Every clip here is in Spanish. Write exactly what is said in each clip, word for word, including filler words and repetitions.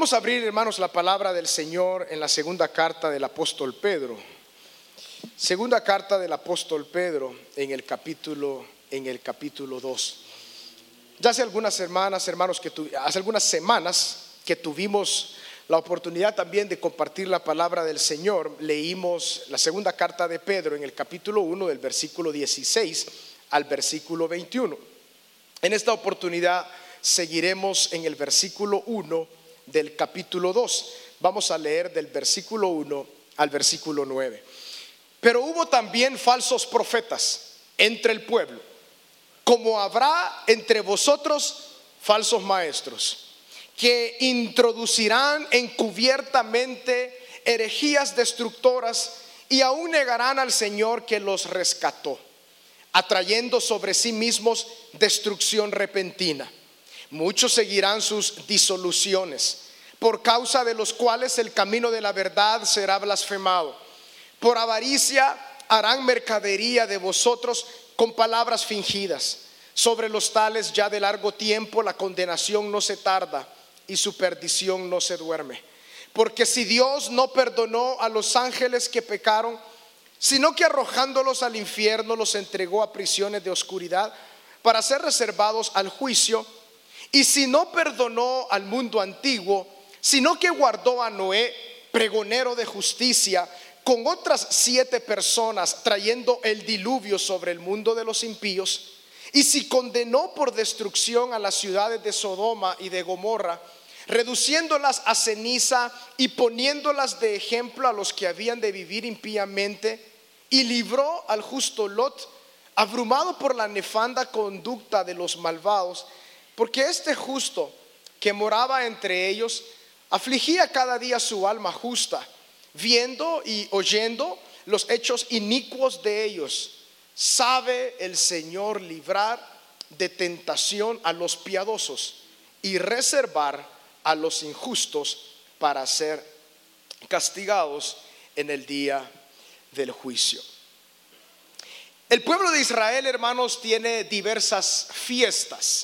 Vamos a abrir, hermanos, la palabra del Señor en la segunda carta del apóstol Pedro. Segunda carta del apóstol Pedro en el capítulo en el capítulo dos. Ya hace algunas semanas, hermanos, que tu, hace algunas semanas que tuvimos la oportunidad también de compartir la palabra del Señor. Leímos la segunda carta de Pedro en el capítulo uno, del versículo dieciséis al versículo veintiuno. En esta oportunidad seguiremos en el versículo uno del capítulo dos. Vamos a leer del versículo uno al versículo nueve. Pero hubo también falsos profetas entre el pueblo, como habrá entre vosotros falsos maestros, que introducirán encubiertamente herejías destructoras y aún negarán al Señor que los rescató, atrayendo sobre sí mismos destrucción repentina. Muchos seguirán sus disoluciones, por causa de los cuales el camino de la verdad será blasfemado. Por avaricia harán mercadería de vosotros con palabras fingidas. Sobre los tales ya de largo tiempo la condenación no se tarda y su perdición no se duerme. Porque si Dios no perdonó a los ángeles que pecaron, sino que arrojándolos al infierno los entregó a prisiones de oscuridad para ser reservados al juicio, y si no perdonó al mundo antiguo, sino que guardó a Noé, pregonero de justicia, con otras siete personas, trayendo el diluvio sobre el mundo de los impíos, y si condenó por destrucción a las ciudades de Sodoma y de Gomorra, reduciéndolas a ceniza y poniéndolas de ejemplo a los que habían de vivir impíamente, y libró al justo Lot, abrumado por la nefanda conducta de los malvados, porque este justo que moraba entre ellos afligía cada día su alma justa, viendo y oyendo los hechos inicuos de ellos. Sabe el Señor librar de tentación a los piadosos y reservar a los injustos para ser castigados en el día del juicio. El pueblo de Israel, hermanos, tiene diversas fiestas.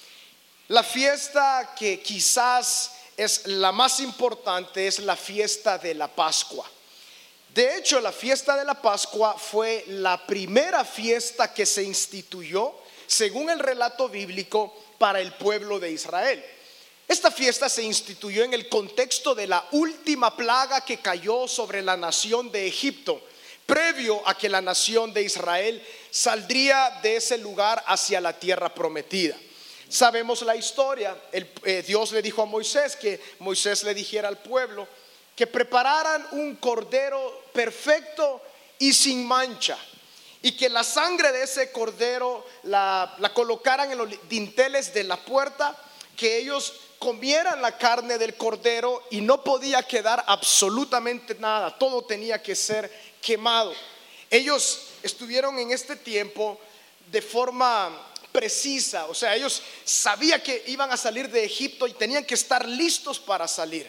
La fiesta que quizás es la más importante es la fiesta de la Pascua. De hecho, la fiesta de la Pascua fue la primera fiesta que se instituyó, según el relato bíblico, para el pueblo de Israel. Esta fiesta se instituyó en el contexto de la última plaga que cayó sobre la nación de Egipto, previo a que la nación de Israel saldría de ese lugar hacia la tierra prometida. Sabemos la historia. El, eh, Dios le dijo a Moisés que Moisés le dijera al pueblo que prepararan un cordero perfecto y sin mancha, y que la sangre de ese cordero la, la colocaran en los dinteles de la puerta, que ellos comieran la carne del cordero y no podía quedar absolutamente nada, todo tenía que ser quemado. Ellos estuvieron en este tiempo de forma precisa, o sea, ellos sabían que iban a salir de Egipto y tenían que estar listos para salir.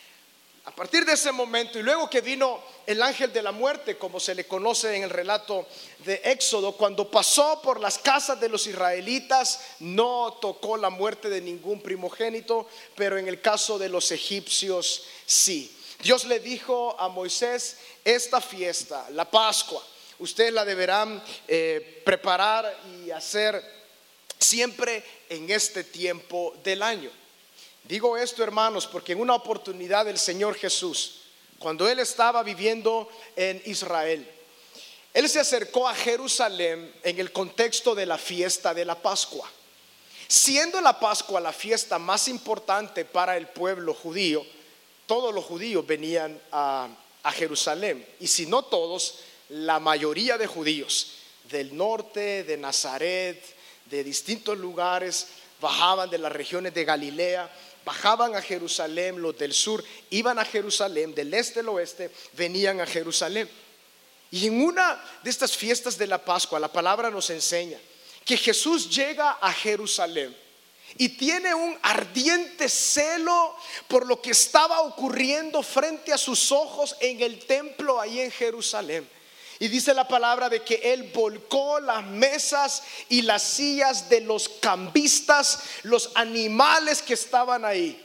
A partir de ese momento, y luego que vino el ángel de la muerte, como se le conoce en el relato de Éxodo, cuando pasó por las casas de los israelitas, no tocó la muerte de ningún primogénito, pero en el caso de los egipcios sí. Dios le dijo a Moisés: esta fiesta, la Pascua, ustedes la deberán eh, preparar y hacer siempre en este tiempo del año. Digo esto, hermanos, porque en una oportunidad el Señor Jesús, cuando Él estaba viviendo en Israel, Él se acercó a Jerusalén en el contexto de la fiesta de la Pascua. Siendo la Pascua la fiesta más importante para el pueblo judío, todos los judíos venían a, a Jerusalén, y si no todos, la mayoría de judíos del norte, de Nazaret, de distintos lugares, bajaban de las regiones de Galilea, bajaban a Jerusalén. Los del sur iban a Jerusalén, del este al oeste venían a Jerusalén. Y en una de estas fiestas de la Pascua, la palabra nos enseña que Jesús llega a Jerusalén y tiene un ardiente celo por lo que estaba ocurriendo frente a sus ojos en el templo ahí en Jerusalén. Y dice la palabra de que Él volcó las mesas y las sillas de los cambistas, los animales que estaban ahí.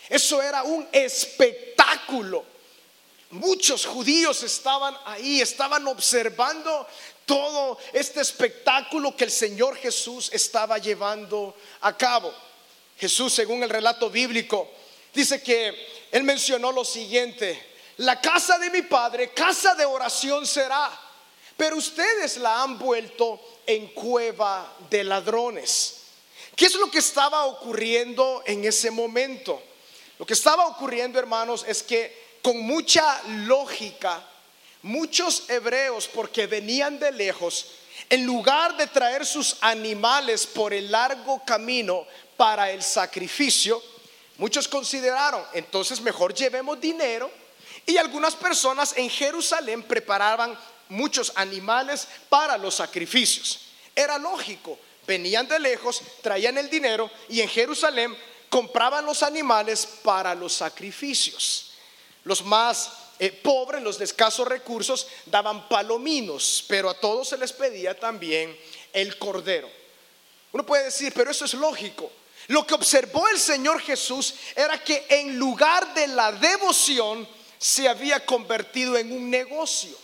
Eso era un espectáculo. Muchos judíos estaban ahí, estaban observando todo este espectáculo que el Señor Jesús estaba llevando a cabo. Jesús, según el relato bíblico, dice que Él mencionó lo siguiente: la casa de mi Padre, casa de oración será, pero ustedes la han vuelto en cueva de ladrones. ¿Qué es lo que estaba ocurriendo en ese momento? Lo que estaba ocurriendo, hermanos, es que con mucha lógica, muchos hebreos, porque venían de lejos, en lugar de traer sus animales por el largo camino para el sacrificio, muchos consideraron, entonces mejor llevemos dinero. Y algunas personas en Jerusalén preparaban muchos animales para los sacrificios. Era lógico, venían de lejos, traían el dinero y en Jerusalén compraban los animales para los sacrificios. Los más eh, pobres, los de escasos recursos, daban palominos, pero a todos se les pedía también el cordero. Uno puede decir, pero eso es lógico. Lo que observó el Señor Jesús era que en lugar de la devoción se había convertido en un negocio.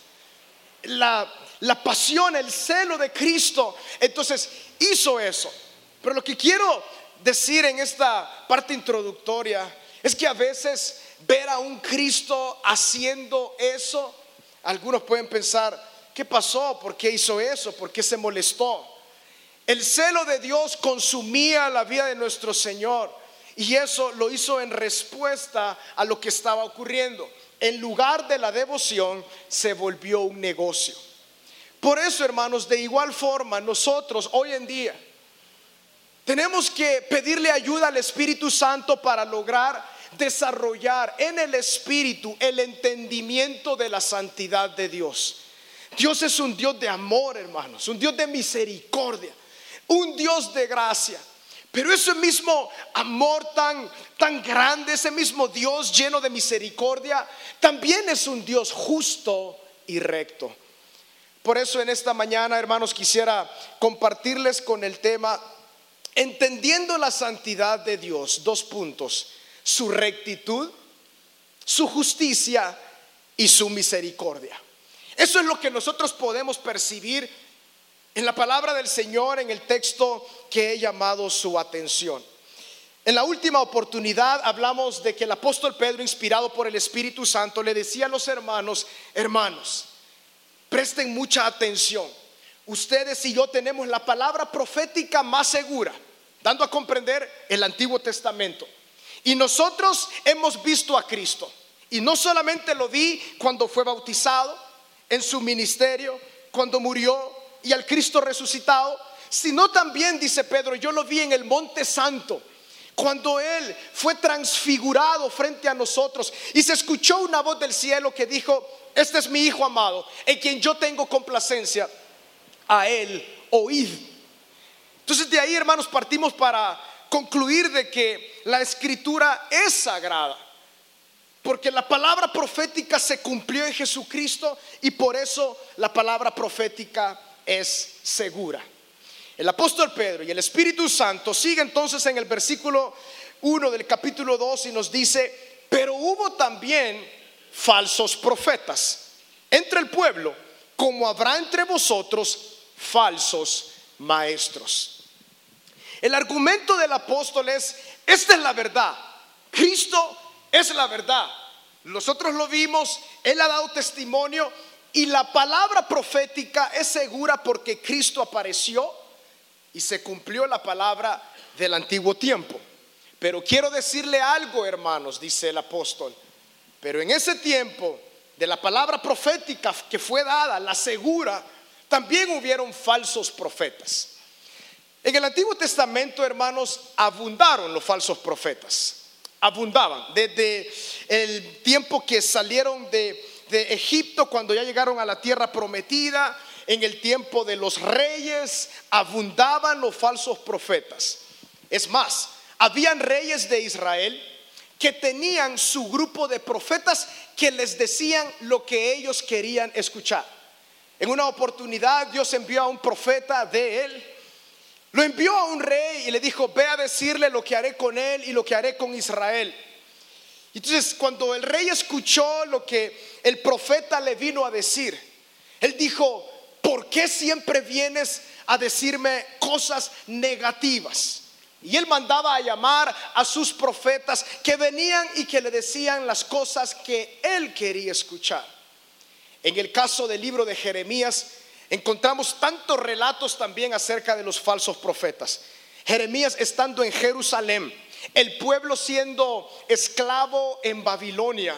La, la pasión, el celo de Cristo, entonces hizo eso. Pero lo que quiero decir en esta parte introductoria es que a veces ver a un Cristo haciendo eso, algunos pueden pensar, ¿qué pasó? ¿Por qué hizo eso? ¿Por qué se molestó? El celo de Dios consumía la vida de nuestro Señor, y eso lo hizo en respuesta a lo que estaba ocurriendo. En lugar de la devoción se volvió un negocio. Por eso, hermanos, de igual forma nosotros hoy en día tenemos que pedirle ayuda al Espíritu Santo para lograr desarrollar en el Espíritu el entendimiento de la santidad de Dios. Dios es un Dios de amor, hermanos, un Dios de misericordia, un Dios de gracia. Pero ese mismo amor tan, tan grande, ese mismo Dios lleno de misericordia, también es un Dios justo y recto. Por eso en esta mañana, hermanos, quisiera compartirles con el tema entendiendo la santidad de Dios. Dos puntos: su rectitud, su justicia y su misericordia. Eso es lo que nosotros podemos percibir en la palabra del Señor, en el texto que he llamado su atención. En la última oportunidad hablamos de que el apóstol Pedro, inspirado por el Espíritu Santo, le decía a los hermanos: hermanos, presten mucha atención. Ustedes y yo tenemos la palabra profética más segura, dando a comprender el Antiguo Testamento. Y nosotros hemos visto a Cristo. Y no solamente lo vi cuando fue bautizado, en su ministerio, cuando murió y al Cristo resucitado, sino también, dice Pedro, yo lo vi en el Monte Santo, cuando Él fue transfigurado frente a nosotros y se escuchó una voz del cielo que dijo: este es mi Hijo amado, en quien yo tengo complacencia, a Él oíd. Entonces de ahí, hermanos, partimos para concluir de que la Escritura es sagrada, porque la palabra profética se cumplió en Jesucristo y por eso la palabra profética es segura. El apóstol Pedro y el Espíritu Santo sigue entonces en el versículo uno del capítulo dos y nos dice: pero hubo también falsos profetas entre el pueblo, como habrá entre vosotros falsos maestros. El argumento del apóstol es: esta es la verdad, Cristo es la verdad, nosotros lo vimos, Él ha dado testimonio y la palabra profética es segura porque Cristo apareció y se cumplió la palabra del antiguo tiempo. Pero quiero decirle algo, hermanos, dice el apóstol: pero en ese tiempo de la palabra profética que fue dada, la segura, también hubieron falsos profetas. En el Antiguo Testamento, hermanos, abundaron los falsos profetas. Abundaban desde el tiempo que salieron de, de Egipto, cuando ya llegaron a la tierra prometida. En el tiempo de los reyes abundaban los falsos profetas. Es más, habían reyes de Israel que tenían su grupo de profetas que les decían lo que ellos querían escuchar. En una oportunidad Dios envió a un profeta de él, lo envió a un rey y le dijo: ve a decirle lo que haré con él y lo que haré con Israel. Entonces, cuando el rey escuchó lo que el profeta le vino a decir, él dijo: ¿por qué siempre vienes a decirme cosas negativas? Y él mandaba a llamar a sus profetas, que venían y que le decían las cosas que él quería escuchar. En el caso del libro de Jeremías encontramos tantos relatos también acerca de los falsos profetas. Jeremías estando en Jerusalén, el pueblo siendo esclavo en Babilonia,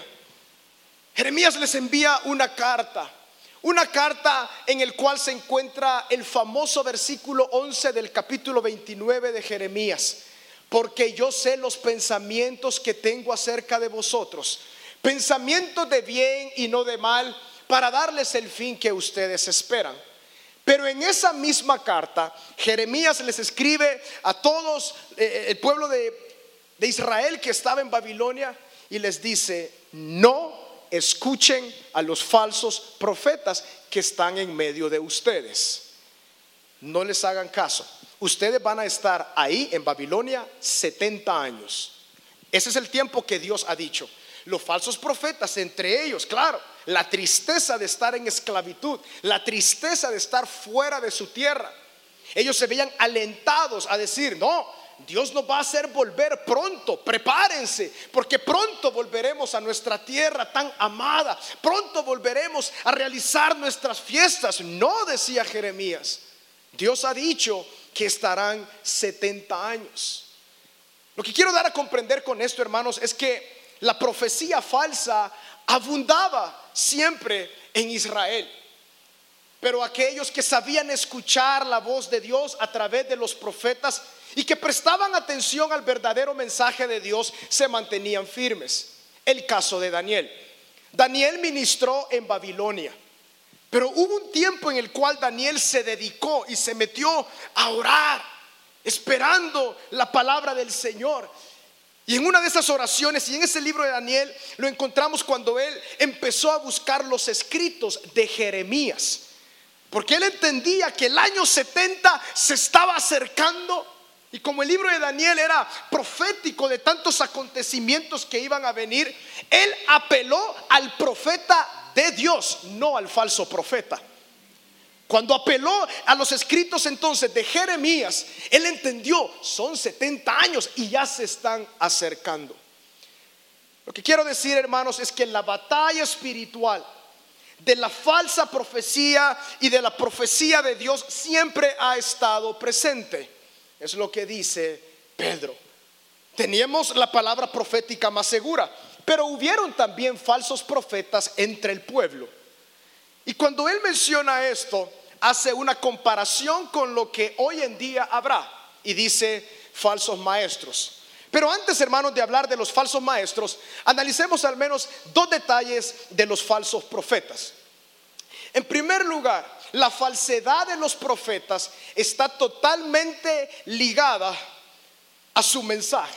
Jeremías les envía una carta. Una carta en el cual se encuentra el famoso versículo once del capítulo veintinueve de Jeremías: porque yo sé los pensamientos que tengo acerca de vosotros, pensamientos de bien y no de mal, para darles el fin que ustedes esperan. Pero en esa misma carta, Jeremías les escribe a todos eh, el pueblo de, de Israel que estaba en Babilonia, y les dice: no escuchen a los falsos profetas que están en medio de ustedes. No les hagan caso. Ustedes van a estar ahí en Babilonia setenta años. Ese es el tiempo que Dios ha dicho. Los falsos profetas, entre ellos, claro, la tristeza de estar en esclavitud, la tristeza de estar fuera de su tierra. Ellos se veían alentados a decir: no, Dios nos va a hacer volver pronto, prepárense, porque pronto volveremos a nuestra tierra tan amada, pronto volveremos a realizar nuestras fiestas. No, decía Jeremías, Dios ha dicho que estarán setenta años. Lo que quiero dar a comprender con esto, hermanos, es que la profecía falsa abundaba siempre en Israel. Pero aquellos que sabían escuchar la voz de Dios a través de los profetas y que prestaban atención al verdadero mensaje de Dios, se mantenían firmes. El caso de Daniel. Daniel ministró en Babilonia, pero hubo un tiempo en el cual Daniel se dedicó y se metió a orar, esperando la palabra del Señor. Y en una de esas oraciones, y en ese libro de Daniel, lo encontramos cuando él empezó a buscar los escritos de Jeremías, porque él entendía que el año setenta se estaba acercando. Y como el libro de Daniel era profético de tantos acontecimientos que iban a venir, él apeló al profeta de Dios, no al falso profeta. Cuando apeló a los escritos entonces de Jeremías, él entendió: son setenta años y ya se están acercando. Lo que quiero decir, hermanos, es que la batalla espiritual de la falsa profecía y de la profecía de Dios siempre ha estado presente. Es lo que dice Pedro. Teníamos la palabra profética más segura, pero hubieron también falsos profetas entre el pueblo. Y cuando él menciona esto, hace una comparación con lo que hoy en día habrá, y dice: falsos maestros. Pero antes, hermanos, de hablar de los falsos maestros, analicemos al menos dos detalles de los falsos profetas. En primer lugar, la falsedad de los profetas está totalmente ligada a su mensaje.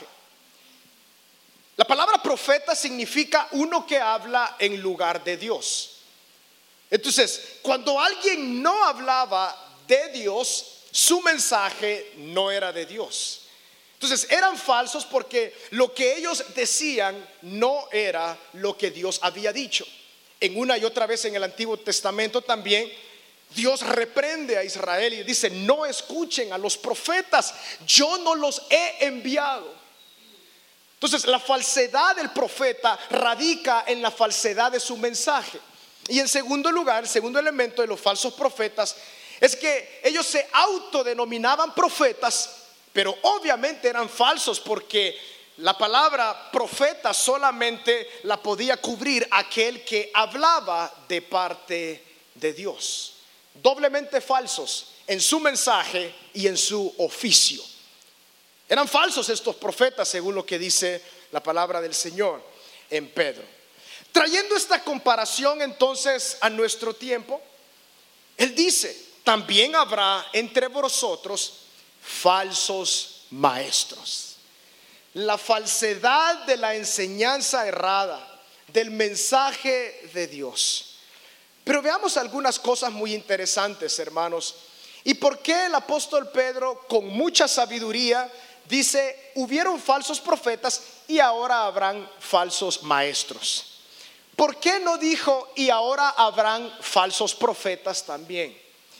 La palabra profeta significa uno que habla en lugar de Dios. Entonces, cuando alguien no hablaba de Dios, su mensaje no era de Dios. Entonces eran falsos porque lo que ellos decían no era lo que Dios había dicho. En una y otra vez en el Antiguo Testamento también Dios reprende a Israel y dice: no escuchen a los profetas, yo no los he enviado. Entonces la falsedad del profeta radica en la falsedad de su mensaje. Y en segundo lugar, el segundo elemento de los falsos profetas es que ellos se autodenominaban profetas, pero obviamente eran falsos, porque la palabra profeta solamente la podía cubrir aquel que hablaba de parte de Dios. Doblemente falsos en su mensaje y en su oficio. Eran falsos estos profetas, según lo que dice la palabra del Señor en Pedro. Trayendo esta comparación entonces a nuestro tiempo, él dice: también habrá entre vosotros falsos maestros. La falsedad de la enseñanza errada, del mensaje de Dios. Pero veamos algunas cosas muy interesantes, hermanos. ¿Y por qué el apóstol Pedro, con mucha sabiduría, dice, hubieron falsos profetas y ahora habrán falsos maestros. ¿Por qué no dijo y ahora habrán falsos profetas también?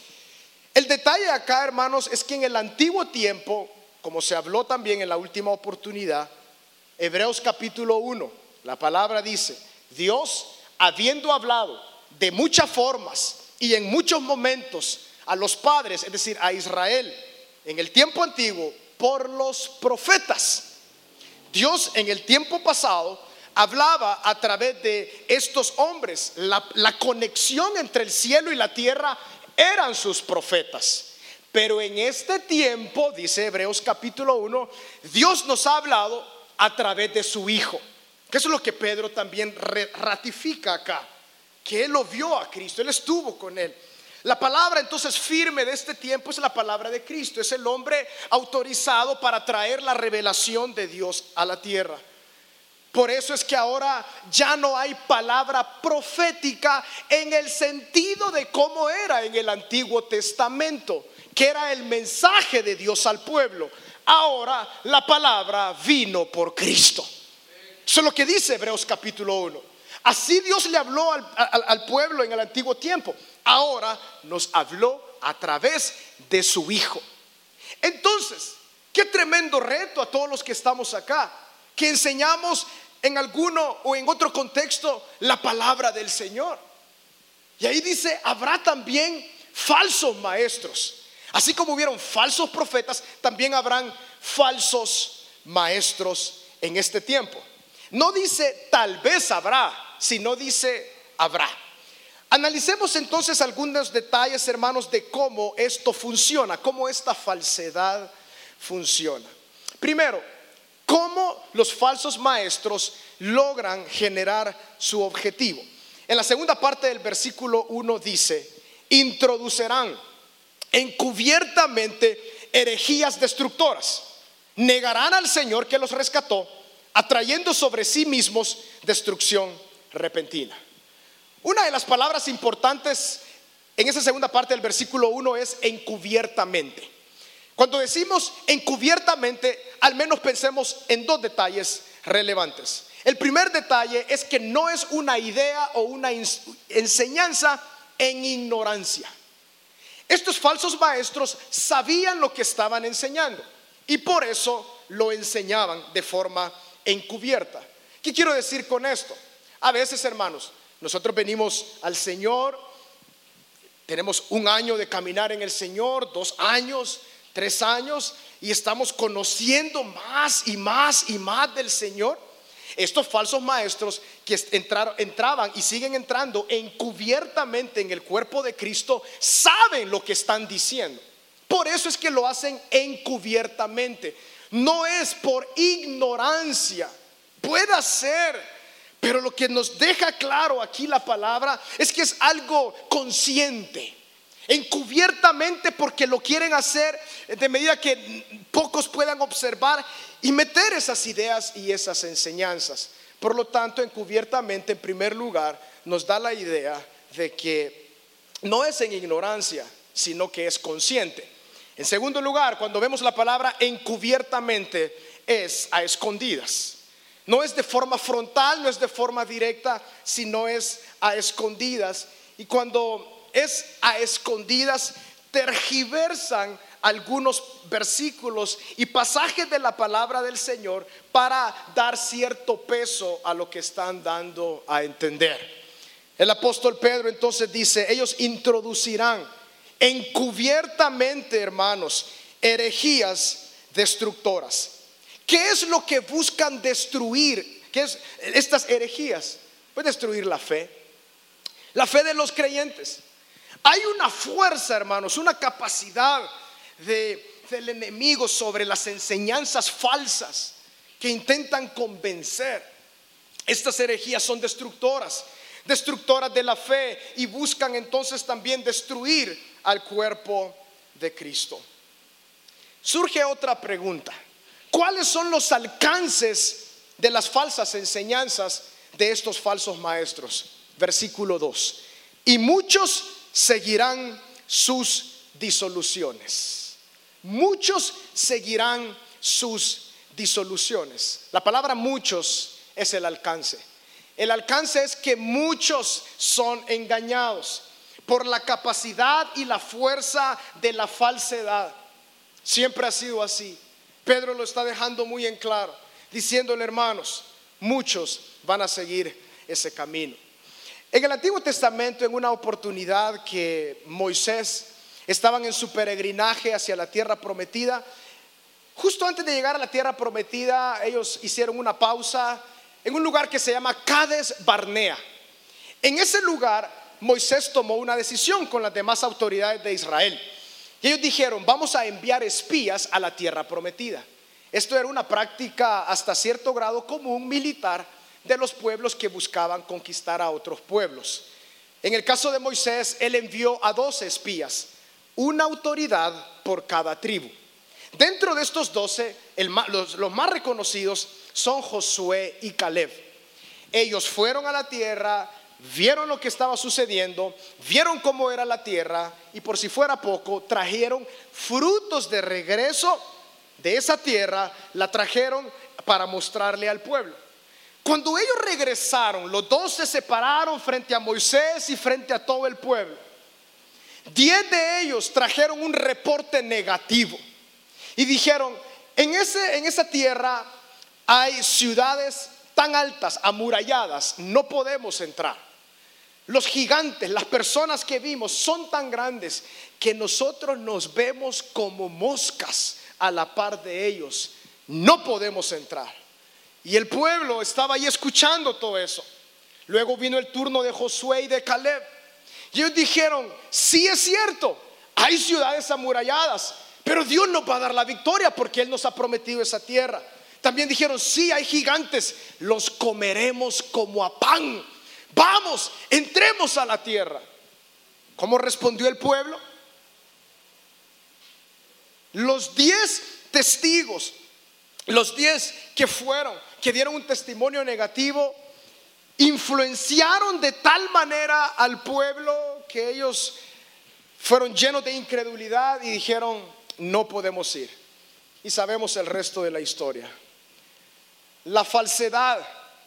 El detalle acá, hermanos, es que en el antiguo tiempo, como se habló también en la última oportunidad, Hebreos capítulo uno, la palabra dice, Dios, habiendo hablado de muchas formas y en muchos momentos a los padres, es decir, a Israel, en el tiempo antiguo, por los profetas. Dios en el tiempo pasado hablaba a través de estos hombres. La, la conexión entre el cielo y la tierra eran sus profetas. Pero en este tiempo, dice Hebreos capítulo uno, Dios nos ha hablado a través de su Hijo. Que eso es lo que Pedro también ratifica acá, que él lo vio a Cristo, él estuvo con él. La palabra entonces firme de este tiempo es la palabra de Cristo. Es el hombre autorizado para traer la revelación de Dios a la tierra. Por eso es que ahora ya no hay palabra profética en el sentido de cómo era en el Antiguo Testamento, que era el mensaje de Dios al pueblo. Ahora la palabra vino por Cristo. Eso es lo que dice Hebreos capítulo uno. Así Dios le habló al, al, al pueblo en el antiguo tiempo. Ahora nos habló a través de su Hijo. Entonces, qué tremendo reto a todos los que estamos acá, que enseñamos en alguno o en otro contexto la palabra del Señor. Y ahí dice, habrá también falsos maestros. Así como hubieron falsos profetas, también habrán falsos maestros en este tiempo. No dice tal vez habrá, sino dice habrá. Analicemos entonces algunos detalles, hermanos, de cómo esto funciona, cómo esta falsedad funciona. Primero, cómo los falsos maestros logran generar su objetivo. En la segunda parte del versículo uno dice, introducirán encubiertamente herejías destructoras, negarán al Señor que los rescató, atrayendo sobre sí mismos destrucción repentina. Una de las palabras importantes en esa segunda parte del versículo uno es encubiertamente. Cuando decimos encubiertamente, al menos pensemos en dos detalles relevantes. El primer detalle es que no es una idea o una enseñanza en ignorancia. Estos falsos maestros sabían lo que estaban enseñando y por eso lo enseñaban de forma encubierta. ¿Qué quiero decir con esto? A veces, hermanos, nosotros venimos al Señor, tenemos un año de caminar en el Señor, dos años, tres años, y estamos conociendo más y más y más del Señor. Estos falsos maestros que entraron, entraban y siguen entrando encubiertamente en el cuerpo de Cristo, saben lo que están diciendo. Por eso es que lo hacen encubiertamente. No es por ignorancia, puede ser. Pero lo que nos deja claro aquí la palabra es que es algo consciente, encubiertamente, porque lo quieren hacer de medida que pocos puedan observar y meter esas ideas y esas enseñanzas. Por lo tanto, encubiertamente, en primer lugar, nos da la idea de que no es en ignorancia, sino que es consciente. En segundo lugar, cuando vemos la palabra encubiertamente, es a escondidas. No es de forma frontal, no es de forma directa, sino es a escondidas. Y cuando es a escondidas, tergiversan algunos versículos y pasajes de la palabra del Señor para dar cierto peso a lo que están dando a entender. El apóstol Pedro entonces dice, ellos introducirán encubiertamente, hermanos, herejías destructoras. ¿Qué es lo que buscan destruir? ¿Qué es estas herejías? Pues destruir la fe, la fe de los creyentes. Hay una fuerza, hermanos, una capacidad de, del enemigo sobre las enseñanzas falsas que intentan convencer. Estas herejías son destructoras, destructoras de la fe, y buscan entonces también destruir al cuerpo de Cristo. Surge otra pregunta. ¿Cuáles son los alcances de las falsas enseñanzas de estos falsos maestros? Versículo dos. Y muchos seguirán sus disoluciones. Muchos seguirán sus disoluciones. La palabra muchos es el alcance. El alcance es que muchos son engañados por la capacidad y la fuerza de la falsedad. Siempre ha sido así. Pedro lo está dejando muy en claro, diciéndole, hermanos, muchos van a seguir ese camino. En el Antiguo Testamento, en una oportunidad que Moisés estaban en su peregrinaje hacia la tierra prometida, justo antes de llegar a la tierra prometida, ellos hicieron una pausa en un lugar que se llama Cades Barnea. En ese lugar Moisés tomó una decisión con las demás autoridades de Israel. Y ellos dijeron, vamos a enviar espías a la tierra prometida. Esto era una práctica hasta cierto grado común militar de los pueblos que buscaban conquistar a otros pueblos. En el caso de Moisés, él envió a doce espías, una autoridad por cada tribu. Dentro de estos doce, el, los, los más reconocidos son Josué y Caleb. Ellos fueron a la tierra, vieron lo que estaba sucediendo, vieron cómo era la tierra, y por si fuera poco, trajeron frutos de regreso de esa tierra, la trajeron para mostrarle al pueblo. Cuando ellos regresaron, los dos se separaron frente a Moisés y frente a todo el pueblo. Diez de ellos trajeron un reporte negativo y dijeron, en, ese, en esa tierra hay ciudades tan altas, amuralladas, no podemos entrar. Los gigantes, las personas que vimos son tan grandes que nosotros nos vemos como moscas a la par de ellos, no podemos entrar. Y el pueblo estaba ahí escuchando todo eso. Luego vino el turno de Josué y de Caleb, y ellos dijeron, sí es cierto, hay ciudades amuralladas, pero Dios nos va a dar la victoria porque Él nos ha prometido esa tierra. También dijeron, sí hay gigantes, los comeremos como a pan. Vamos, entremos a la tierra. ¿Cómo respondió el pueblo? Los diez testigos, los diez que fueron, que dieron un testimonio negativo, influenciaron de tal manera al pueblo que ellos fueron llenos de incredulidad y dijeron, no podemos ir. Y sabemos el resto de la historia. La falsedad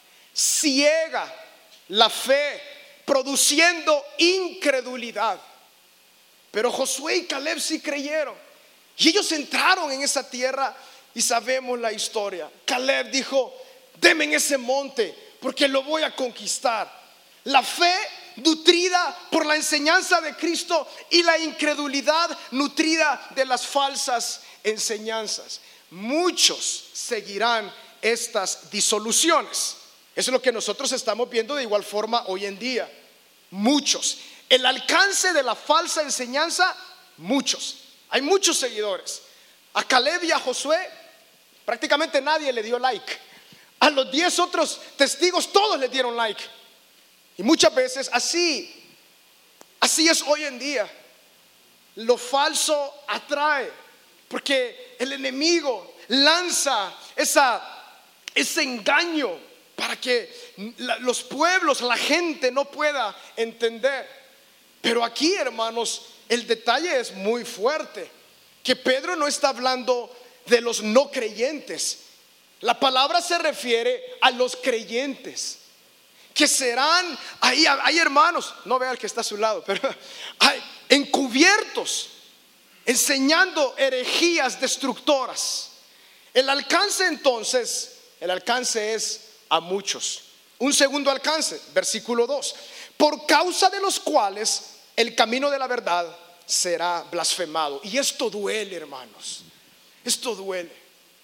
ciega la fe, produciendo incredulidad. Pero Josué y Caleb sí creyeron, y ellos entraron en esa tierra, y sabemos la historia. Caleb dijo, deme en ese monte porque lo voy a conquistar. La fe nutrida por la enseñanza de Cristo y la incredulidad nutrida de las falsas enseñanzas. Muchos seguirán estas disoluciones. Eso es lo que nosotros estamos viendo de igual forma hoy en día. Muchos. El alcance de la falsa enseñanza, muchos. Hay muchos seguidores. A Caleb y a Josué prácticamente nadie le dio like. A los diez otros testigos todos le dieron like. Y muchas veces así, así es hoy en día. Lo falso atrae, porque el enemigo lanza esa, ese engaño para que la, los pueblos, la gente no pueda entender. Pero aquí, hermanos, el detalle es muy fuerte, que Pedro no está hablando de los no creyentes. La palabra se refiere a los creyentes, que serán, ahí hay hermanos, no vea el que está a su lado, pero hay encubiertos, enseñando herejías destructoras. El alcance entonces, el alcance es a muchos. Un segundo alcance, versículo dos, por causa de los cuales el camino de la verdad será blasfemado. Y esto duele, hermanos, esto duele.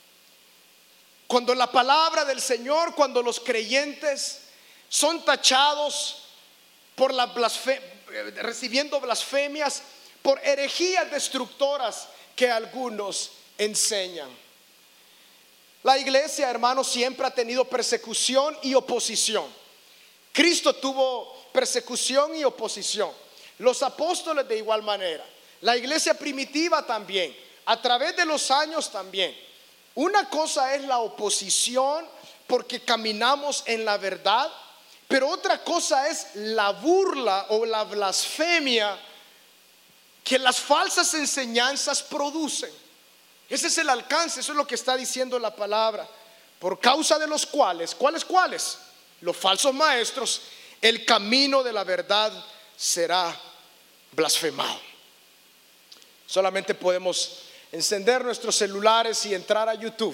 Cuando la palabra del Señor, cuando los creyentes son tachados por la blasfemia, recibiendo blasfemias por herejías destructoras que algunos enseñan. La iglesia, hermanos, siempre ha tenido persecución y oposición. Cristo tuvo persecución y oposición. Los apóstoles de igual manera. La iglesia primitiva también. A través de los años también. Una cosa es la oposición porque caminamos en la verdad, pero otra cosa es la burla o la blasfemia que las falsas enseñanzas producen. Ese es el alcance, eso es lo que está diciendo la palabra. Por causa de los cuales, ¿cuáles cuáles? Los falsos maestros, el camino de la verdad será blasfemado. Solamente podemos encender nuestros celulares y entrar a YouTube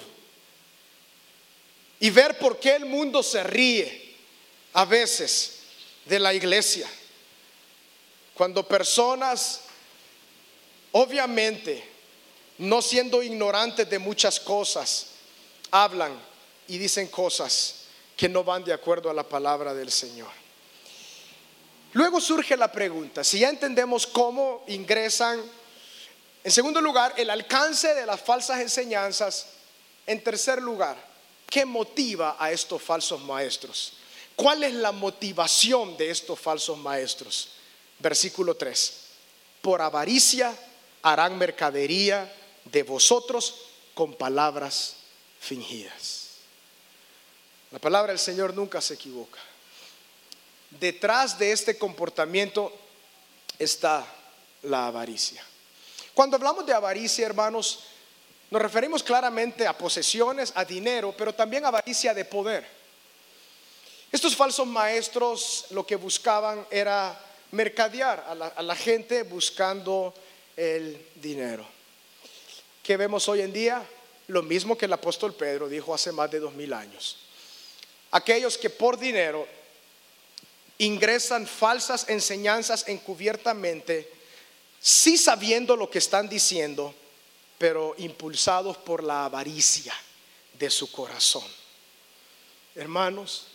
y ver por qué el mundo se ríe a veces de la iglesia, cuando personas, obviamente no siendo ignorantes de muchas cosas, hablan y dicen cosas que no van de acuerdo a la palabra del Señor. Luego surge la pregunta, si ya entendemos cómo ingresan, en segundo lugar, el alcance de las falsas enseñanzas. En tercer lugar, ¿qué motiva a estos falsos maestros? ¿Cuál es la motivación de estos falsos maestros? Versículo tres: por avaricia harán mercadería de vosotros con palabras fingidas. La palabra del Señor nunca se equivoca. Detrás de este comportamiento está la avaricia. Cuando hablamos de avaricia, hermanos, nos referimos claramente a posesiones, a dinero, pero también a avaricia de poder. Estos falsos maestros lo que buscaban era mercadear a la, a la gente buscando el dinero. ¿Qué vemos hoy en día? Lo mismo que el apóstol Pedro dijo hace más de dos mil años. Aquellos que por dinero ingresan falsas enseñanzas encubiertamente, sí sabiendo lo que están diciendo, pero impulsados por la avaricia de su corazón. Hermanos,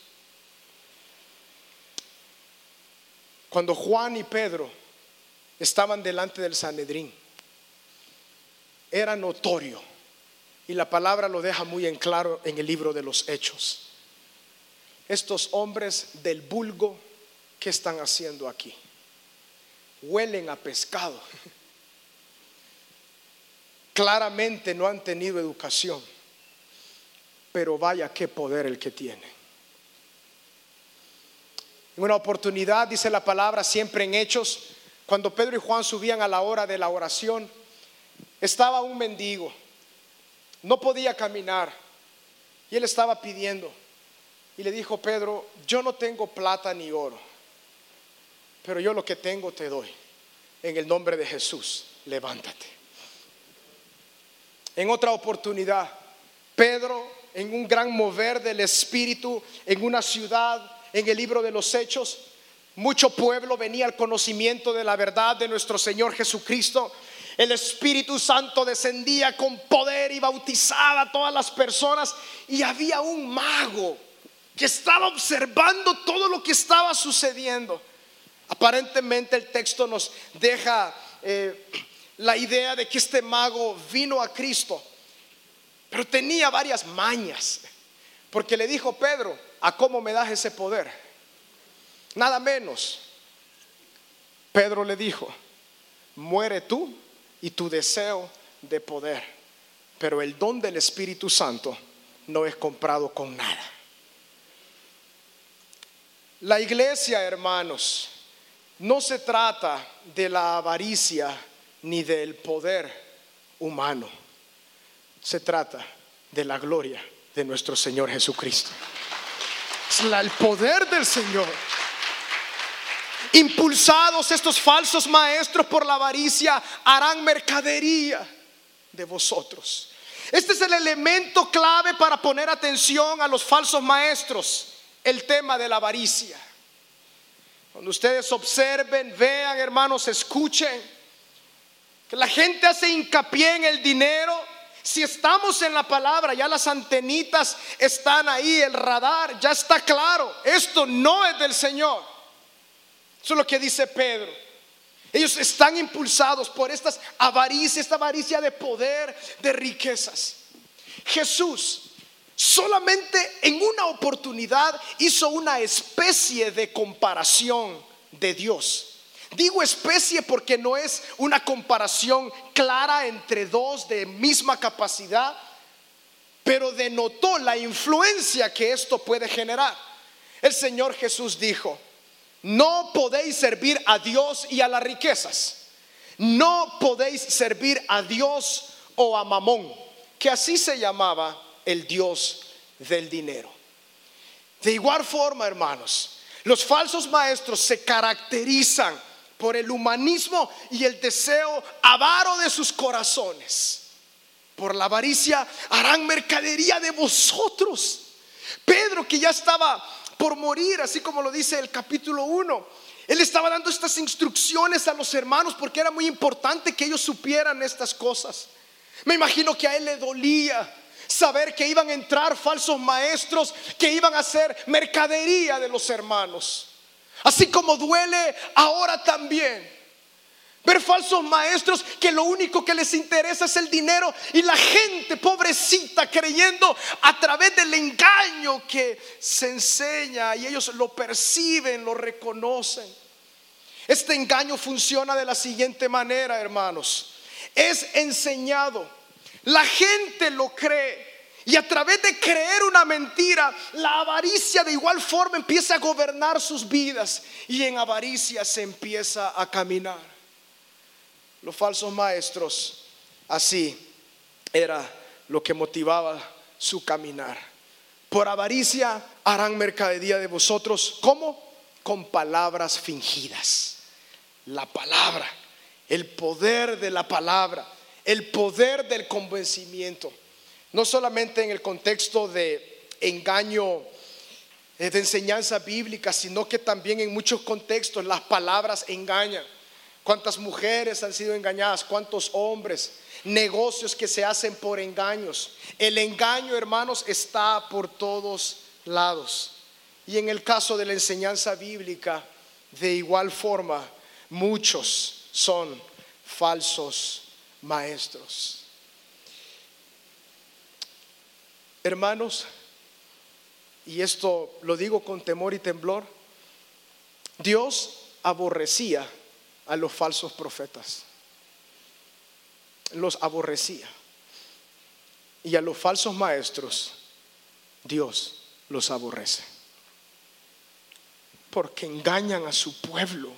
cuando Juan y Pedro estaban delante del Sanedrín, era notorio, y la palabra lo deja muy en claro en el libro de los Hechos. Estos hombres del vulgo, ¿qué están haciendo aquí? Huelen a pescado. Claramente no han tenido educación, pero vaya qué poder el que tiene. En una oportunidad, dice la palabra siempre en Hechos, cuando Pedro y Juan subían a la hora de la oración, estaba un mendigo, no podía caminar, y él estaba pidiendo. Y le dijo Pedro: yo no tengo plata ni oro, pero yo lo que tengo te doy. En el nombre de Jesús, levántate. En otra oportunidad, Pedro, en un gran mover del Espíritu, en una ciudad, en el libro de los Hechos, mucho pueblo venía al conocimiento de la verdad de nuestro Señor Jesucristo. El Espíritu Santo descendía con poder y bautizaba a todas las personas. Y había un mago que estaba observando todo lo que estaba sucediendo. Aparentemente el texto nos deja eh, la idea de que este mago vino a Cristo, pero tenía varias mañas, porque le dijo: Pedro, ¿a cómo me das ese poder? Nada menos. Pedro le dijo: muere tú y tu deseo de poder, pero el don del Espíritu Santo no es comprado con nada. La iglesia, hermanos, no se trata de la avaricia ni del poder humano. Se trata de la gloria de nuestro Señor Jesucristo. Es la, el poder del Señor. Impulsados estos falsos maestros por la avaricia, harán mercadería de vosotros. Este es el elemento clave para poner atención a los falsos maestros. El tema de la avaricia. Cuando ustedes observen, vean, hermanos, escuchen, que la gente hace hincapié en el dinero. Si estamos en la palabra, ya las antenitas están ahí, el radar ya está claro. Esto no es del Señor. Eso es lo que dice Pedro. Ellos están impulsados por estas avaricias, esta avaricia de poder, de riquezas. Jesús solamente en una oportunidad hizo una especie de comparación de Dios. Digo especie porque no es una comparación clara entre dos de misma capacidad, pero denotó la influencia que esto puede generar. El Señor Jesús dijo: no podéis servir a Dios y a las riquezas. No podéis servir a Dios o a Mamón, que así se llamaba el dios del dinero. De igual forma, hermanos, los falsos maestros se caracterizan por el humanismo y el deseo avaro de sus corazones. Por la avaricia harán mercadería de vosotros. Pedro, que ya estaba por morir, así como lo dice el capítulo uno, él estaba dando estas instrucciones a los hermanos porque era muy importante que ellos supieran estas cosas. Me imagino que a él le dolía saber que iban a entrar falsos maestros que iban a hacer mercadería de los hermanos. Así como duele ahora también ver falsos maestros que lo único que les interesa es el dinero, y la gente pobrecita creyendo a través del engaño que se enseña, y ellos lo perciben, lo reconocen. Este engaño funciona de la siguiente manera, hermanos. Es enseñado, la gente lo cree, y a través de creer una mentira, la avaricia de igual forma empieza a gobernar sus vidas, y en avaricia se empieza a caminar. Los falsos maestros, así era lo que motivaba su caminar. Por avaricia harán mercadería de vosotros. ¿Cómo? Con palabras fingidas. La palabra, el poder de la palabra, el poder del convencimiento. No solamente en el contexto de engaño, de enseñanza bíblica, sino que también en muchos contextos las palabras engañan. ¿Cuántas mujeres han sido engañadas? ¿Cuántos hombres? Negocios que se hacen por engaños. El engaño, hermanos, está por todos lados. Y en el caso de la enseñanza bíblica, de igual forma, muchos son falsos maestros. Hermanos, y esto lo digo con temor y temblor, Dios aborrecía a los falsos profetas. Los aborrecía. Y a los falsos maestros Dios los aborrece, porque engañan a su pueblo,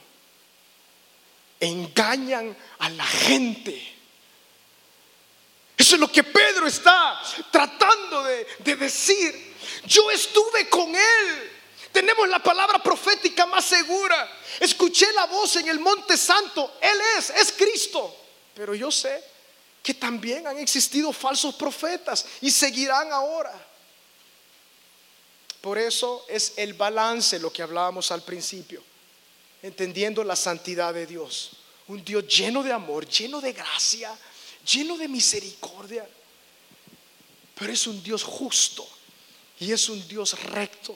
engañan a la gente. Eso es lo que Pedro está tratando de, de decir. Yo estuve con él. Tenemos la palabra profética más segura. Escuché la voz en el Monte Santo. Él es, es Cristo. Pero yo sé que también han existido falsos profetas y seguirán ahora. Por eso es el balance, lo que hablábamos al principio, entendiendo la santidad de Dios. Un Dios lleno de amor, lleno de gracia, lleno de misericordia. Pero es un Dios justo y es un Dios recto.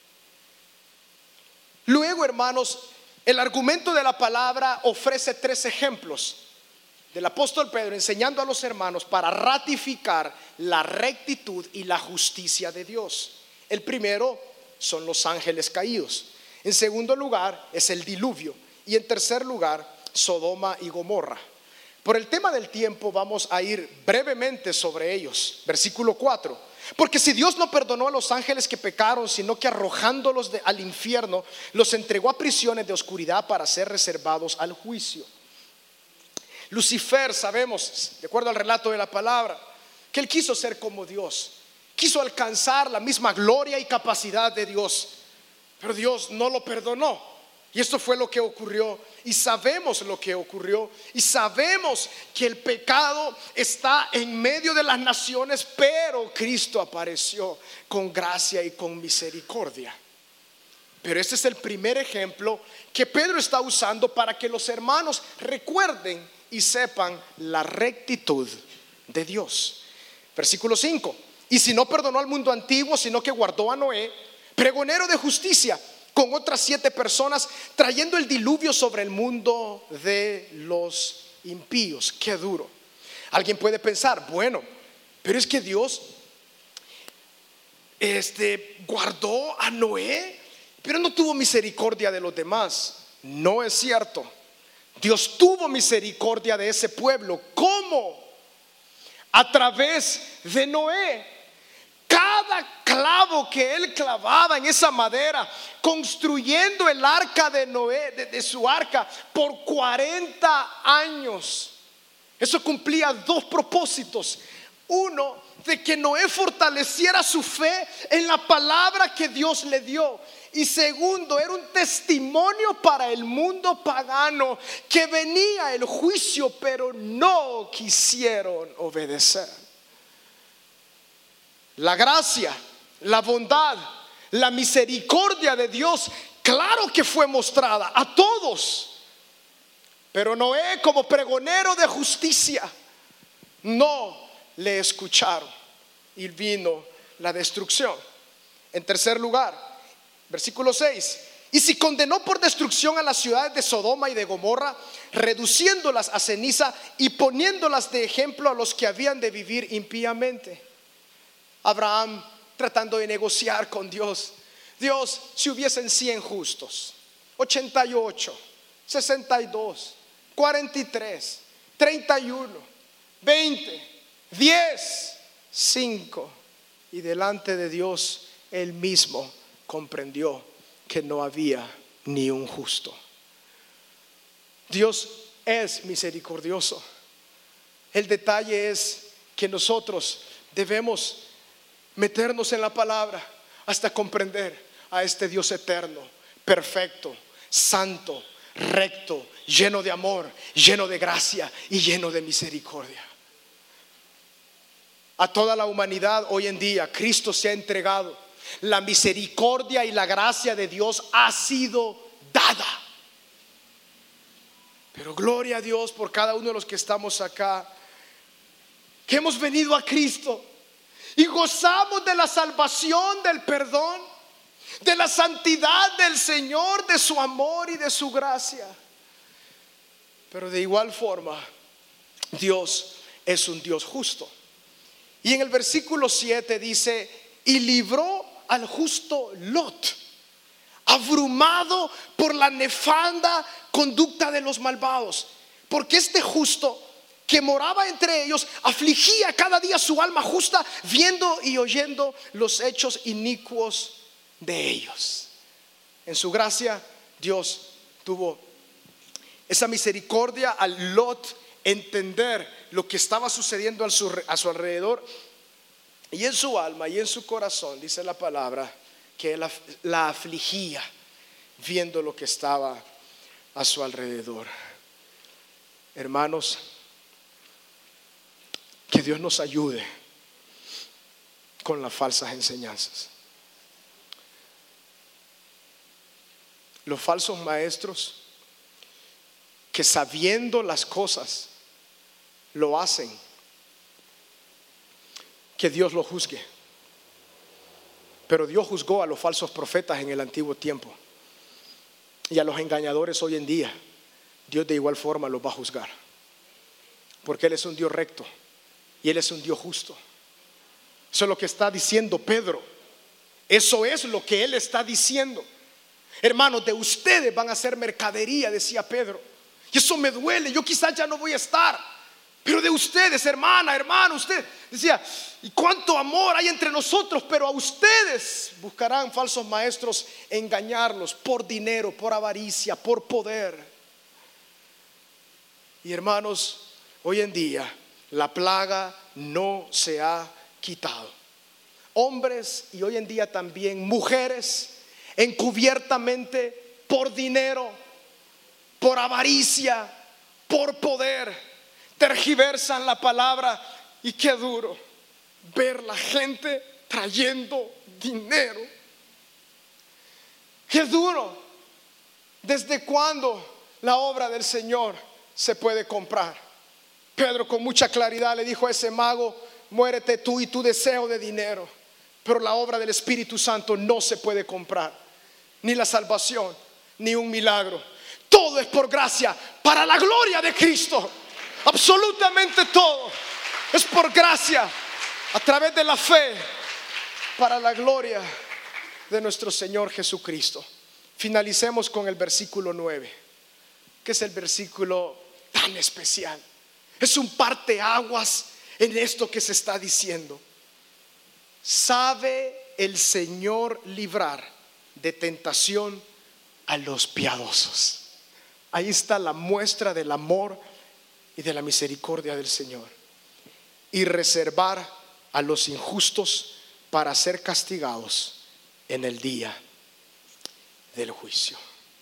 Luego, hermanos, el argumento de la palabra ofrece tres ejemplos del apóstol Pedro enseñando a los hermanos para ratificar la rectitud y la justicia de Dios. El primero son los ángeles caídos. En segundo lugar es el diluvio. Y en tercer lugar, Sodoma y Gomorra. Por el tema del tiempo vamos a ir brevemente sobre ellos. Versículo cuatro. Porque si Dios no perdonó a los ángeles que pecaron, sino que arrojándolos de, al infierno, los entregó a prisiones de oscuridad para ser reservados al juicio. Lucifer, sabemos, de acuerdo al relato de la palabra, que él quiso ser como Dios, quiso alcanzar la misma gloria y capacidad de Dios, pero Dios no lo perdonó. Y esto fue lo que ocurrió, y sabemos lo que ocurrió, y sabemos que el pecado está en medio de las naciones, pero Cristo apareció con gracia y con misericordia. Pero este es el primer ejemplo que Pedro está usando para que los hermanos recuerden y sepan la rectitud de Dios. Versículo cinco. Y si no perdonó al mundo antiguo, sino que guardó a Noé, pregonero de justicia, con otras siete personas, trayendo el diluvio sobre el mundo de los impíos. Qué duro. Alguien puede pensar, bueno, pero es que Dios este, guardó a Noé, pero no tuvo misericordia de los demás. No es cierto. Dios tuvo misericordia de ese pueblo. ¿Cómo? A través de Noé. Cada clavo que él clavaba en esa madera, construyendo el arca de Noé, de, de su arca, por cuarenta años. Eso cumplía dos propósitos. Uno, de que Noé fortaleciera su fe en la palabra que Dios le dio. Y segundo, era un testimonio para el mundo pagano que venía el juicio, pero no quisieron obedecer. La gracia, la bondad, la misericordia de Dios, claro que fue mostrada a todos. Pero Noé, como pregonero de justicia, no le escucharon y vino la destrucción. En tercer lugar, versículo seis: y si condenó por destrucción a las ciudades de Sodoma y de Gomorra, reduciéndolas a ceniza y poniéndolas de ejemplo a los que habían de vivir impíamente. Abraham tratando de negociar con Dios. Dios, si hubiesen cien justos, ochenta y ocho, sesenta y dos, cuarenta y tres, treinta y uno, veinte, diez, cinco, y delante de Dios él mismo comprendió que no había ni un justo. Dios es misericordioso. El detalle es que nosotros debemos meternos en la palabra hasta comprender a este Dios eterno, perfecto, santo, recto, lleno de amor, lleno de gracia y lleno de misericordia. A toda la humanidad hoy en día Cristo se ha entregado. La misericordia y la gracia de Dios ha sido dada. Pero gloria a Dios por cada uno de los que estamos acá, que hemos venido a Cristo y gozamos de la salvación, del perdón, de la santidad del Señor, de su amor y de su gracia. Pero de igual forma, Dios es un Dios justo. Y en el versículo siete dice: y libró al justo Lot, abrumado por la nefanda conducta de los malvados, porque este justo que moraba entre ellos afligía cada día su alma justa, viendo y oyendo los hechos inicuos de ellos. En su gracia Dios tuvo esa misericordia al Lot entender lo que estaba sucediendo a su, a su alrededor, y en su alma y en su corazón dice la palabra que él la afligía viendo lo que estaba a su alrededor. Hermanos, que Dios nos ayude con las falsas enseñanzas. Los falsos maestros que sabiendo las cosas lo hacen, que Dios lo juzgue. Pero Dios juzgó a los falsos profetas en el antiguo tiempo, y a los engañadores hoy en día Dios de igual forma los va a juzgar, porque Él es un Dios recto y Él es un Dios justo. Eso es lo que está diciendo Pedro. Eso es lo que Él está diciendo. Hermanos, de ustedes van a ser mercadería, decía Pedro. Y eso me duele. Yo quizás ya no voy a estar, pero de ustedes, hermana, hermano, usted decía, y cuánto amor hay entre nosotros, pero a ustedes buscarán falsos maestros engañarlos por dinero, por avaricia, por poder. Y hermanos, hoy en día la plaga no se ha quitado. Hombres y hoy en día también mujeres, encubiertamente por dinero, por avaricia, por poder, tergiversan la palabra. Y qué duro ver la gente trayendo dinero. Qué duro. ¿Desde cuándo la obra del Señor se puede comprar? Pedro con mucha claridad le dijo a ese mago: muérete tú y tu deseo de dinero. Pero la obra del Espíritu Santo no se puede comprar, ni la salvación, ni un milagro. Todo es por gracia, para la gloria de Cristo. Absolutamente todo es por gracia, a través de la fe, para la gloria de nuestro Señor Jesucristo. Finalicemos con el versículo nueve, que es el versículo tan especial. Es un parteaguas en esto que se está diciendo. Sabe el Señor librar de tentación a los piadosos. Ahí está la muestra del amor y de la misericordia del Señor, y reservar a los injustos para ser castigados en el día del juicio.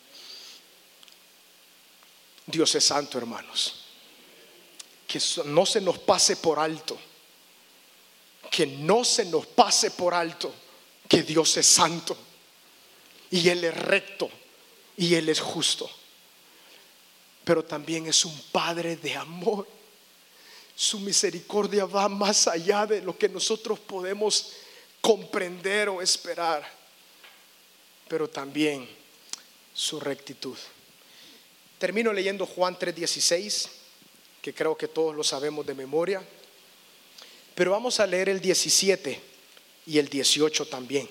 Dios es santo, hermanos. Que no se nos pase por alto, que no se nos pase por alto que Dios es santo y Él es recto y Él es justo, pero también es un Padre de amor. Su misericordia va más allá de lo que nosotros podemos comprender o esperar, pero también su rectitud. Termino leyendo Juan tres dieciséis, que creo que todos lo sabemos de memoria, pero vamos a leer el diecisiete y el dieciocho también.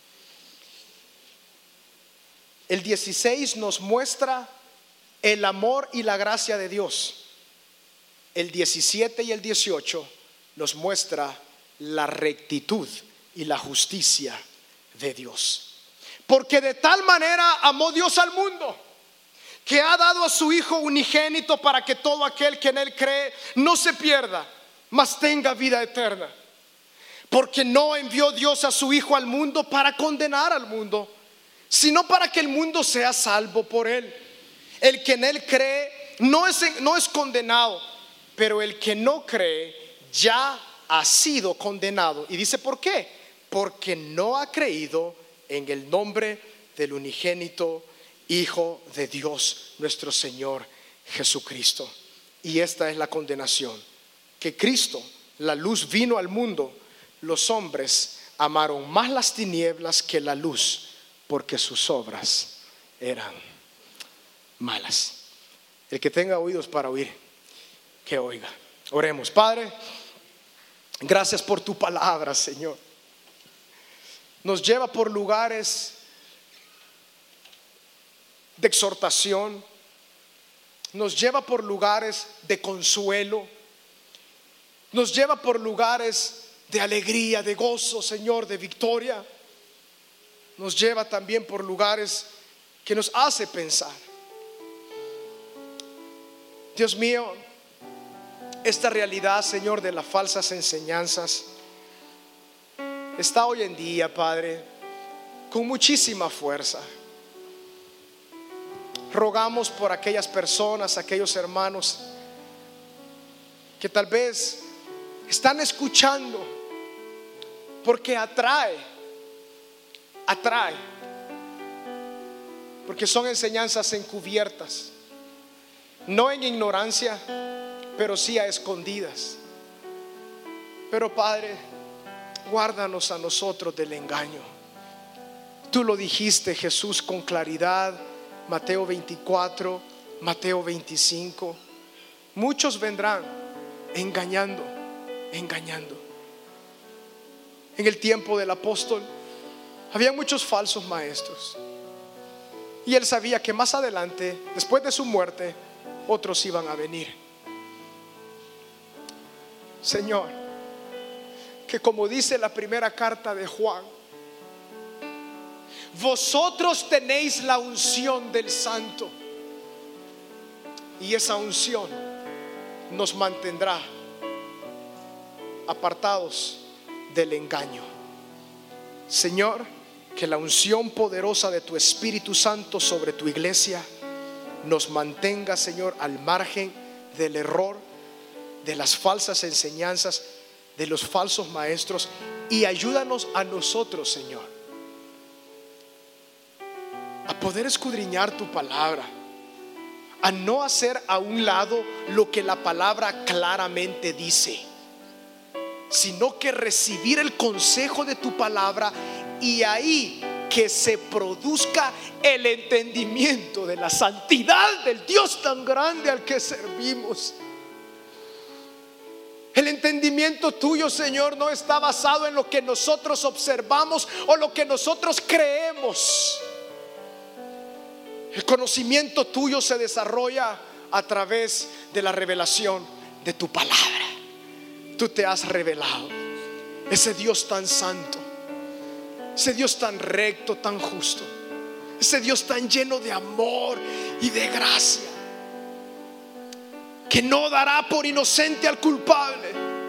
El dieciséis nos muestra el amor y la gracia de Dios. El diecisiete y el dieciocho nos muestra la rectitud y la justicia de Dios. Porque de tal manera amó Dios al mundo, que ha dado a su Hijo unigénito, para que todo aquel que en Él cree no se pierda, mas tenga vida eterna. Porque no envió Dios a su Hijo al mundo para condenar al mundo, sino para que el mundo sea salvo por Él. El que en Él cree no es, no es condenado, pero el que no cree ya ha sido condenado. Y dice, ¿por qué? Porque no ha creído en el nombre del unigénito Hijo de Dios, nuestro Señor Jesucristo. Y esta es la condenación: que Cristo, la luz, vino al mundo. Los hombres amaron más las tinieblas que la luz, porque sus obras eran malas. El que tenga oídos para oír, que oiga. Oremos. Padre, gracias por tu palabra, Señor. Nos lleva por lugares de exhortación, nos lleva por lugares de consuelo, nos lleva por lugares de alegría, de gozo, Señor, de victoria. Nos lleva también por lugares que nos hace pensar. Dios mío, esta realidad, Señor, de las falsas enseñanzas está hoy en día, Padre, con muchísima fuerza. Rogamos por aquellas personas, aquellos hermanos que tal vez están escuchando porque atrae, atrae, porque son enseñanzas encubiertas, no en ignorancia, pero sí a escondidas. Pero Padre, guárdanos a nosotros del engaño. Tú lo dijiste, Jesús, con claridad. Mateo veinticuatro, Mateo veinticinco. Muchos vendrán engañando, engañando. En el tiempo del apóstol había muchos falsos maestros, y él sabía que más adelante, después de su muerte, otros iban a venir. Señor, que como dice la primera carta de Juan, vosotros tenéis la unción del Santo, y esa unción nos mantendrá apartados del engaño. Señor, que la unción poderosa de tu Espíritu Santo sobre tu iglesia nos mantenga, Señor, al margen del error, de las falsas enseñanzas, de los falsos maestros, y ayúdanos a nosotros, Señor, a poder escudriñar tu palabra, a no hacer a un lado lo que la palabra claramente dice, sino que recibir el consejo de tu palabra, y ahí que se produzca el entendimiento de la santidad del Dios tan grande al que servimos. El entendimiento tuyo, Señor, no está basado en lo que nosotros observamos o lo que nosotros creemos. El conocimiento tuyo se desarrolla a través de la revelación de tu palabra. Tú te has revelado, ese Dios tan santo, ese Dios tan recto, tan justo, ese Dios tan lleno de amor y de gracia. que no dará por inocente al culpable.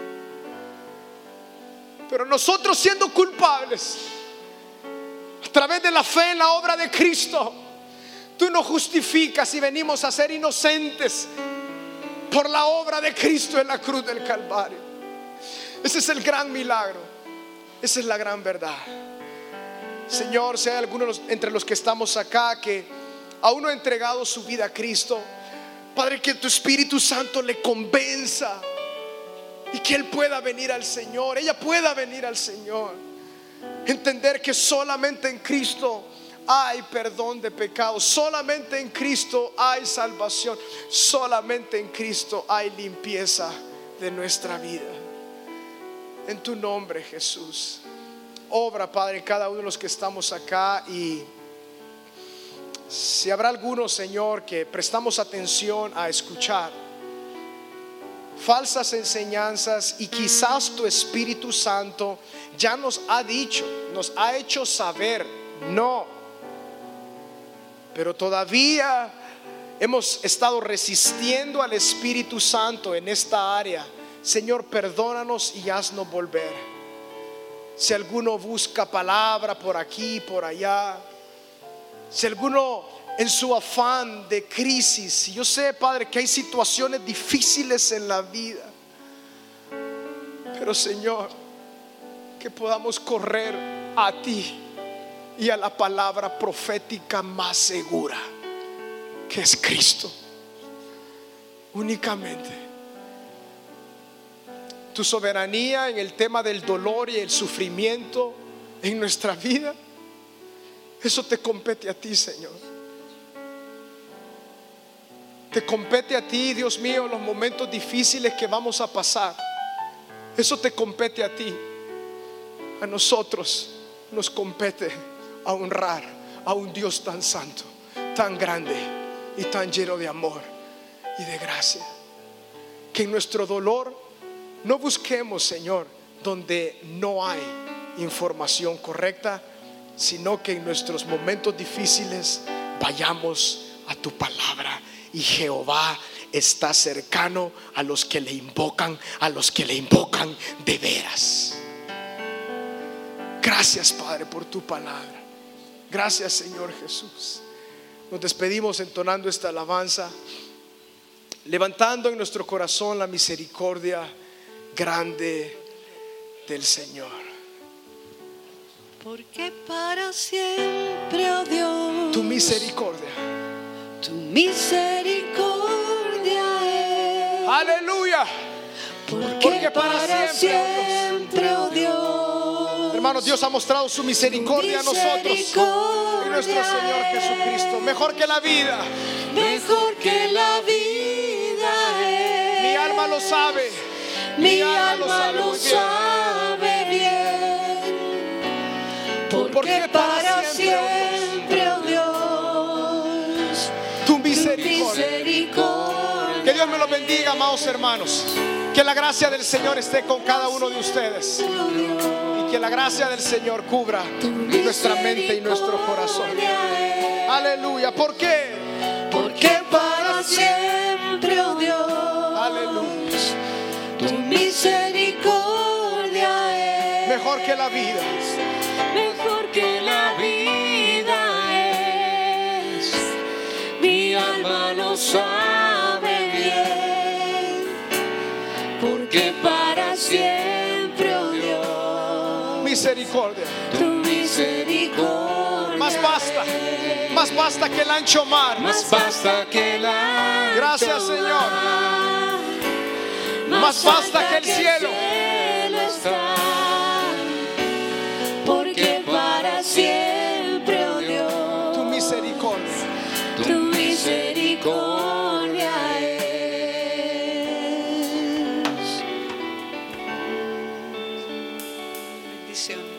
Pero nosotros, siendo culpables, a través de la fe en la obra de Cristo, tú nos justificas y venimos a ser inocentes por la obra de Cristo en la cruz del Calvario. Ese es el gran milagro. Esa es la gran verdad. Señor, si hay algunos entre los que estamos acá que aún no ha entregado su vida a Cristo, Padre, que tu Espíritu Santo le convenza y que Él pueda venir al Señor, ella pueda venir al Señor. Entender que solamente en Cristo hay perdón de pecados, solamente en Cristo hay salvación, solamente en Cristo hay limpieza de nuestra vida. En tu nombre, Jesús, obra, Padre, en cada uno de los que estamos acá. Y si habrá alguno, Señor, que prestamos atención a escuchar falsas enseñanzas y quizás tu Espíritu Santo ya nos ha dicho, nos ha hecho saber no, pero todavía hemos estado resistiendo al Espíritu Santo en esta área, Señor, perdónanos y haznos volver. Si alguno busca palabra por aquí, por allá, si alguno en su afán de crisis, yo sé, Padre, que hay situaciones difíciles en la vida, pero Señor, que podamos correr a ti y a la palabra profética más segura, que es Cristo. Únicamente tu soberanía en el tema del dolor y el sufrimiento en nuestra vida, eso te compete a ti, Señor. Te compete a ti, Dios mío, los momentos difíciles que vamos a pasar. Eso te compete a ti. A nosotros nos compete a honrar a un Dios tan santo, tan grande y tan lleno de amor y de gracia. Que en nuestro dolor no busquemos, Señor, donde no hay información correcta, sino que en nuestros momentos difíciles vayamos a tu palabra. Y Jehová está cercano a los que le invocan, a los que le invocan de veras. Gracias, Padre, por tu palabra. Gracias, Señor Jesús. Nos despedimos entonando esta alabanza, levantando en nuestro corazón la misericordia grande del Señor. Porque para siempre, oh Dios, tu misericordia, tu misericordia es. Aleluya. Porque, Porque para, para siempre, oh Dios. Hermanos, Dios ha mostrado su misericordia a nosotros y nuestro Señor Jesucristo. Mejor que la vida, mejor que la vida es. Mi alma lo sabe. Mi, Mi alma lo sabe bien. Porque, Porque para siempre, oh Dios, tu misericordia. tu misericordia. Que Dios me los bendiga, amados hermanos. Que la gracia del Señor esté con cada uno de ustedes. Y que la gracia del Señor cubra nuestra mente y nuestro corazón. Aleluya. ¿Por qué? Porque para siempre, oh Dios, aleluya, tu misericordia es. Mejor que la vida, mejor que la vida es. Mi alma lo sabe bien. Porque para siempre, oh Dios, misericordia, tu misericordia. Más basta, más basta que el ancho mar. Más basta que el ancho. Gracias, Señor. Más basta que el cielo. Está, porque para siempre, oh Dios, tu misericordia, tu misericordia es. Bendiciones.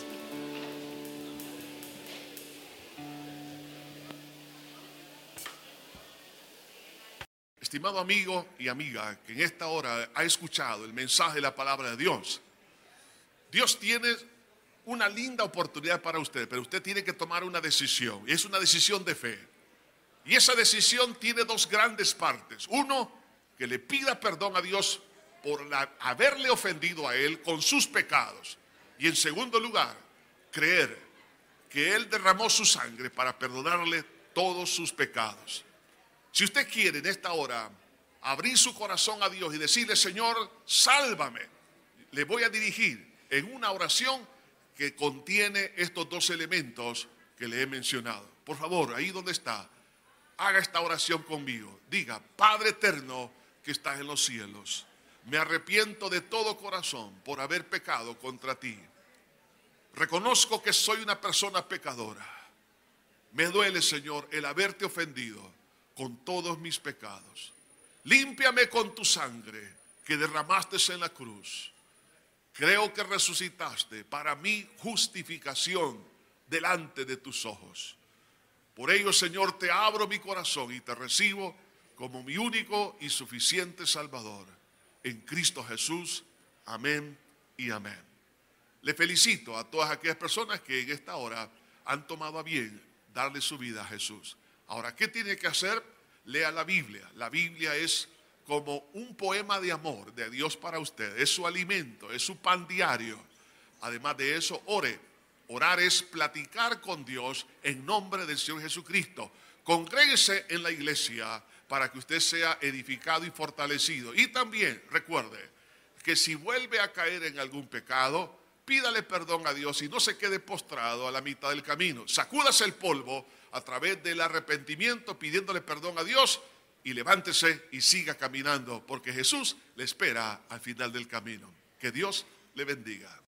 Estimado amigo y amiga que en esta hora ha escuchado el mensaje de la palabra de Dios, Dios tiene una linda oportunidad para usted, pero usted tiene que tomar una decisión, y es una decisión de fe. Y esa decisión tiene dos grandes partes. Uno, que le pida perdón a Dios por la- haberle ofendido a Él con sus pecados. Y en segundo lugar, creer que Él derramó su sangre para perdonarle todos sus pecados. Si usted quiere en esta hora abrir su corazón a Dios y decirle, Señor, sálvame, le voy a dirigir en una oración que contiene estos dos elementos que le he mencionado. Por favor, ahí donde está, haga esta oración conmigo. Diga, Padre eterno que estás en los cielos, me arrepiento de todo corazón por haber pecado contra ti. Reconozco que soy una persona pecadora. Me duele, Señor, el haberte ofendido con todos mis pecados. Límpiame con tu sangre que derramaste en la cruz. Creo que resucitaste para mi justificación delante de tus ojos. Por ello, Señor, te abro mi corazón y te recibo como mi único y suficiente Salvador. En Cristo Jesús, amén y amén. Le felicito a todas aquellas personas que en esta hora han tomado a bien darle su vida a Jesús. Ahora, ¿qué tiene que hacer? Lea la Biblia. La Biblia es como un poema de amor de Dios para usted. Es su alimento, es su pan diario. Además de eso, ore. Orar es platicar con Dios en nombre del Señor Jesucristo. Congréguese en la iglesia para que usted sea edificado y fortalecido. Y también recuerde que si vuelve a caer en algún pecado, pídale perdón a Dios y no se quede postrado a la mitad del camino. Sacúdase el polvo a través del arrepentimiento pidiéndole perdón a Dios y levántese y siga caminando porque Jesús le espera al final del camino. Que Dios le bendiga.